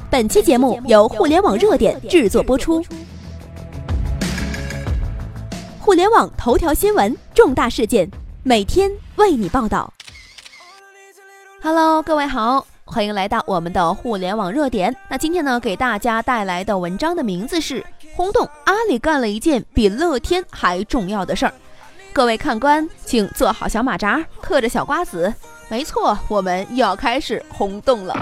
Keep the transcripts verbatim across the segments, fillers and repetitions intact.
本期节目由互联网热点制作播出。互联网头条新闻，重大事件，每天为你报道。Hello， 各位好，欢迎来到我们的互联网热点。那今天呢，给大家带来的文章的名字是轰动阿里干了一件比乐天还重要的事儿。各位看官，请做好小马扎，嗑着小瓜子。没错，我们又要开始轰动了。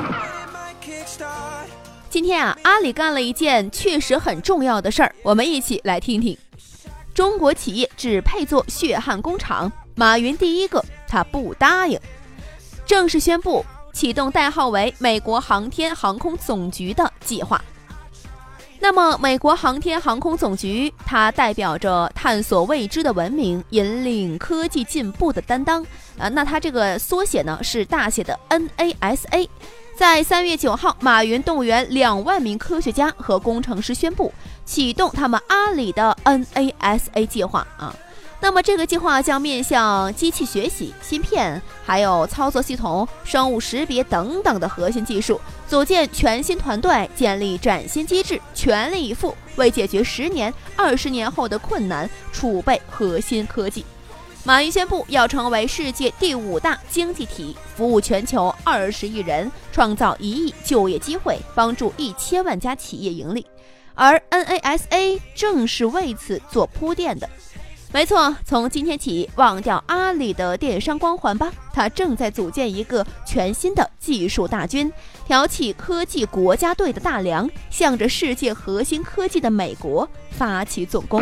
今天啊，阿里干了一件确实很重要的事儿，我们一起来听听。中国企业只配做血汗工厂，马云第一个，他不答应，正式宣布启动代号为美国航天航空总局的计划。那么美国航天航空总局，它代表着探索未知的文明，引领科技进步的担当。呃，那它这个缩写呢是大写的 N A S A。在三月九号，马云动员两万名科学家和工程师宣布启动他们阿里的 N A S A 计划啊。那么这个计划将面向机器学习、芯片，还有操作系统、生物识别等等的核心技术，组建全新团队，建立崭新机制，全力以赴为解决十年、二十年后的困难储备核心科技。马云宣布要成为世界第五大经济体，服务全球二十亿人，创造一亿就业机会，帮助一千万家企业盈利。而 N A S A 正是为此做铺垫的。没错，从今天起，忘掉阿里的电商光环吧，它正在组建一个全新的技术大军，挑起科技国家队的大梁，向着世界核心科技的美国发起总攻。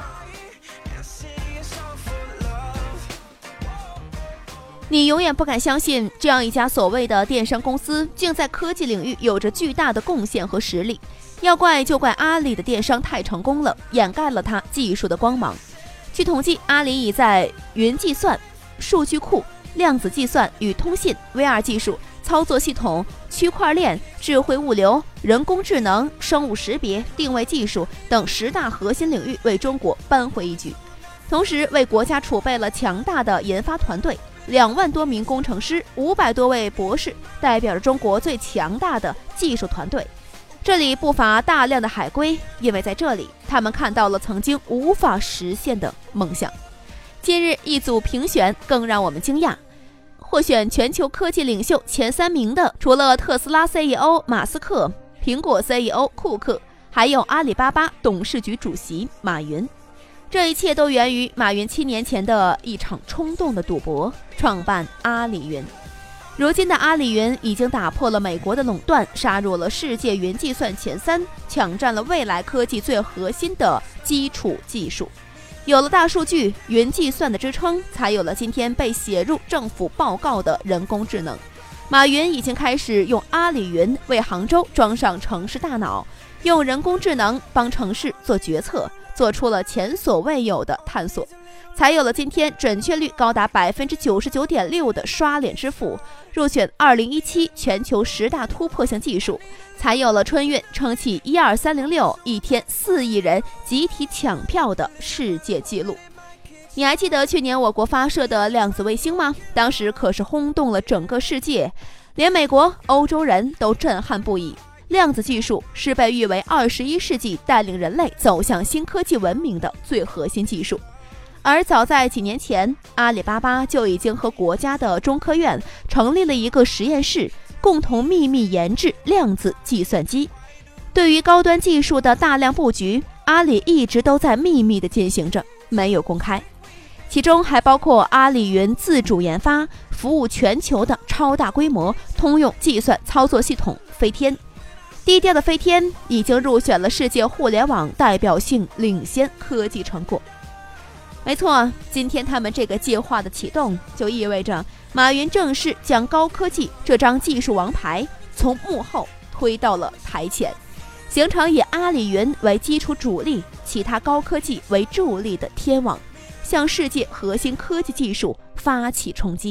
你永远不敢相信，这样一家所谓的电商公司，竟在科技领域有着巨大的贡献和实力。要怪就怪阿里的电商太成功了，掩盖了它技术的光芒。据统计，阿里已在云计算、数据库、量子计算与通信、V R 技术、操作系统、区块链、智慧物流、人工智能、生物识别、定位技术等十大核心领域为中国扳回一局，同时为国家储备了强大的研发团队，两万多名工程师，五百多位博士，代表着中国最强大的技术团队。这里不乏大量的海归，因为在这里他们看到了曾经无法实现的梦想。近日一组评选更让我们惊讶，获选全球科技领袖前三名的，除了特斯拉 C E O 马斯克、苹果 C E O 库克，还有阿里巴巴董事局主席马云。这一切都源于马云七年前的一场冲动的赌博，创办阿里云。如今的阿里云已经打破了美国的垄断，杀入了世界云计算前三，抢占了未来科技最核心的基础技术。有了大数据、云计算的支撑，才有了今天被写入政府报告的人工智能。马云已经开始用阿里云为杭州装上城市大脑，用人工智能帮城市做决策，做出了前所未有的探索，才有了今天准确率高达 百分之九十九点六 的刷脸支付，入选二零一七全球十大突破性技术，才有了春运撑起一二三零六一天四亿人集体抢票的世界纪录。你还记得去年我国发射的量子卫星吗？当时可是轰动了整个世界，连美国、欧洲人都震撼不已。量子技术是被誉为二十一世纪带领人类走向新科技文明的最核心技术。而早在几年前，阿里巴巴就已经和国家的中科院成立了一个实验室，共同秘密研制量子计算机。对于高端技术的大量布局，阿里一直都在秘密地进行着，没有公开。其中还包括阿里云自主研发、服务全球的超大规模通用计算操作系统飞天。低调的飞天已经入选了世界互联网代表性领先科技成果。没错，今天他们这个计划的启动，就意味着马云正式将高科技这张技术王牌从幕后推到了台前，形成以阿里云为基础主力，其他高科技为助力的天网，向世界核心科技技术发起冲击。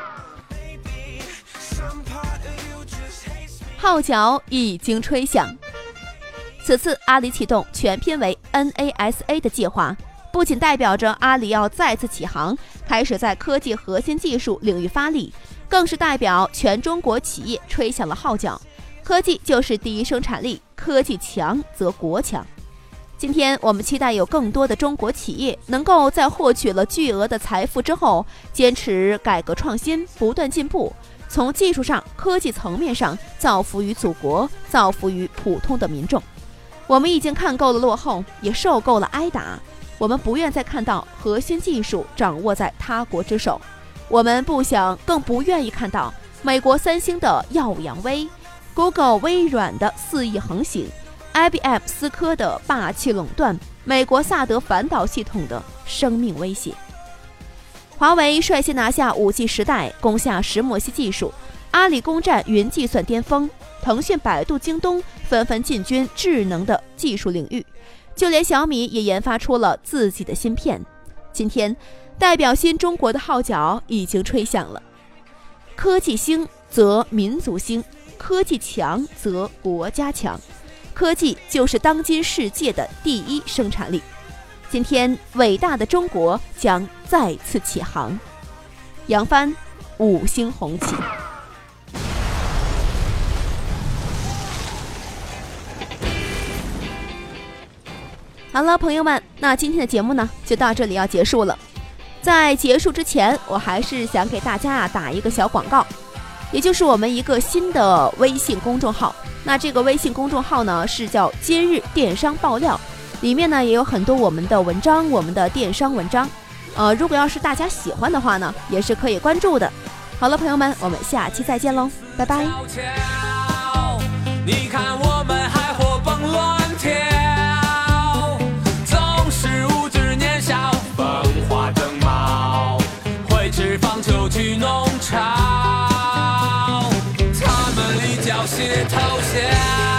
号角已经吹响，此次阿里启动全拼为 N A S A 的计划，不仅代表着阿里要再次起航，开始在科技核心技术领域发力，更是代表全中国企业吹响了号角。 科技就是第一生产力，科技强则国强。今天我们期待有更多的中国企业能够在获取了巨额的财富之后，坚持改革创新，不断进步，从技术上、科技层面上造福于祖国，造福于普通的民众。我们已经看够了落后，也受够了挨打，我们不愿再看到核心技术掌握在他国之手，我们不想更不愿意看到美国三星的耀武扬威， Google 微软的肆意横行， I B M 思科的霸气垄断，美国萨德反导系统的生命威胁。华为率先拿下 五 G 时代，攻下石墨烯技术，阿里攻占云计算巅峰，腾讯、百度、京东纷纷进军智能的技术领域，就连小米也研发出了自己的芯片。今天代表新中国的号角已经吹响了，科技兴则民族兴，科技强则国家强，科技就是当今世界的第一生产力。今天伟大的中国将再次起航，扬帆五星红旗。好了，朋友们，那今天的节目呢就到这里要结束了。在结束之前，我还是想给大家啊打一个小广告，也就是我们一个新的微信公众号。那这个微信公众号呢是叫今日电商爆料，里面呢也有很多我们的文章，我们的电商文章。呃，如果要是大家喜欢的话呢，也是可以关注的。好了，朋友们，我们下期再见喽，拜拜。你看我们还活蹦乱跳，总是无知年少，风华正茂，会吃棒球去弄潮，他们一脚血投降。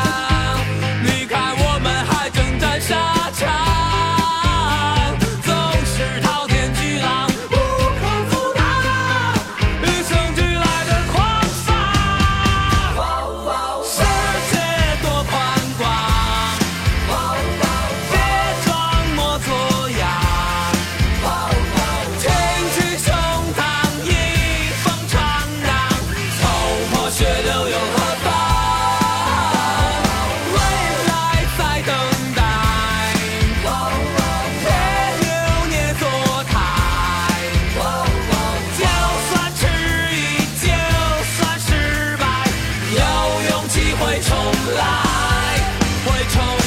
会重来，会重来。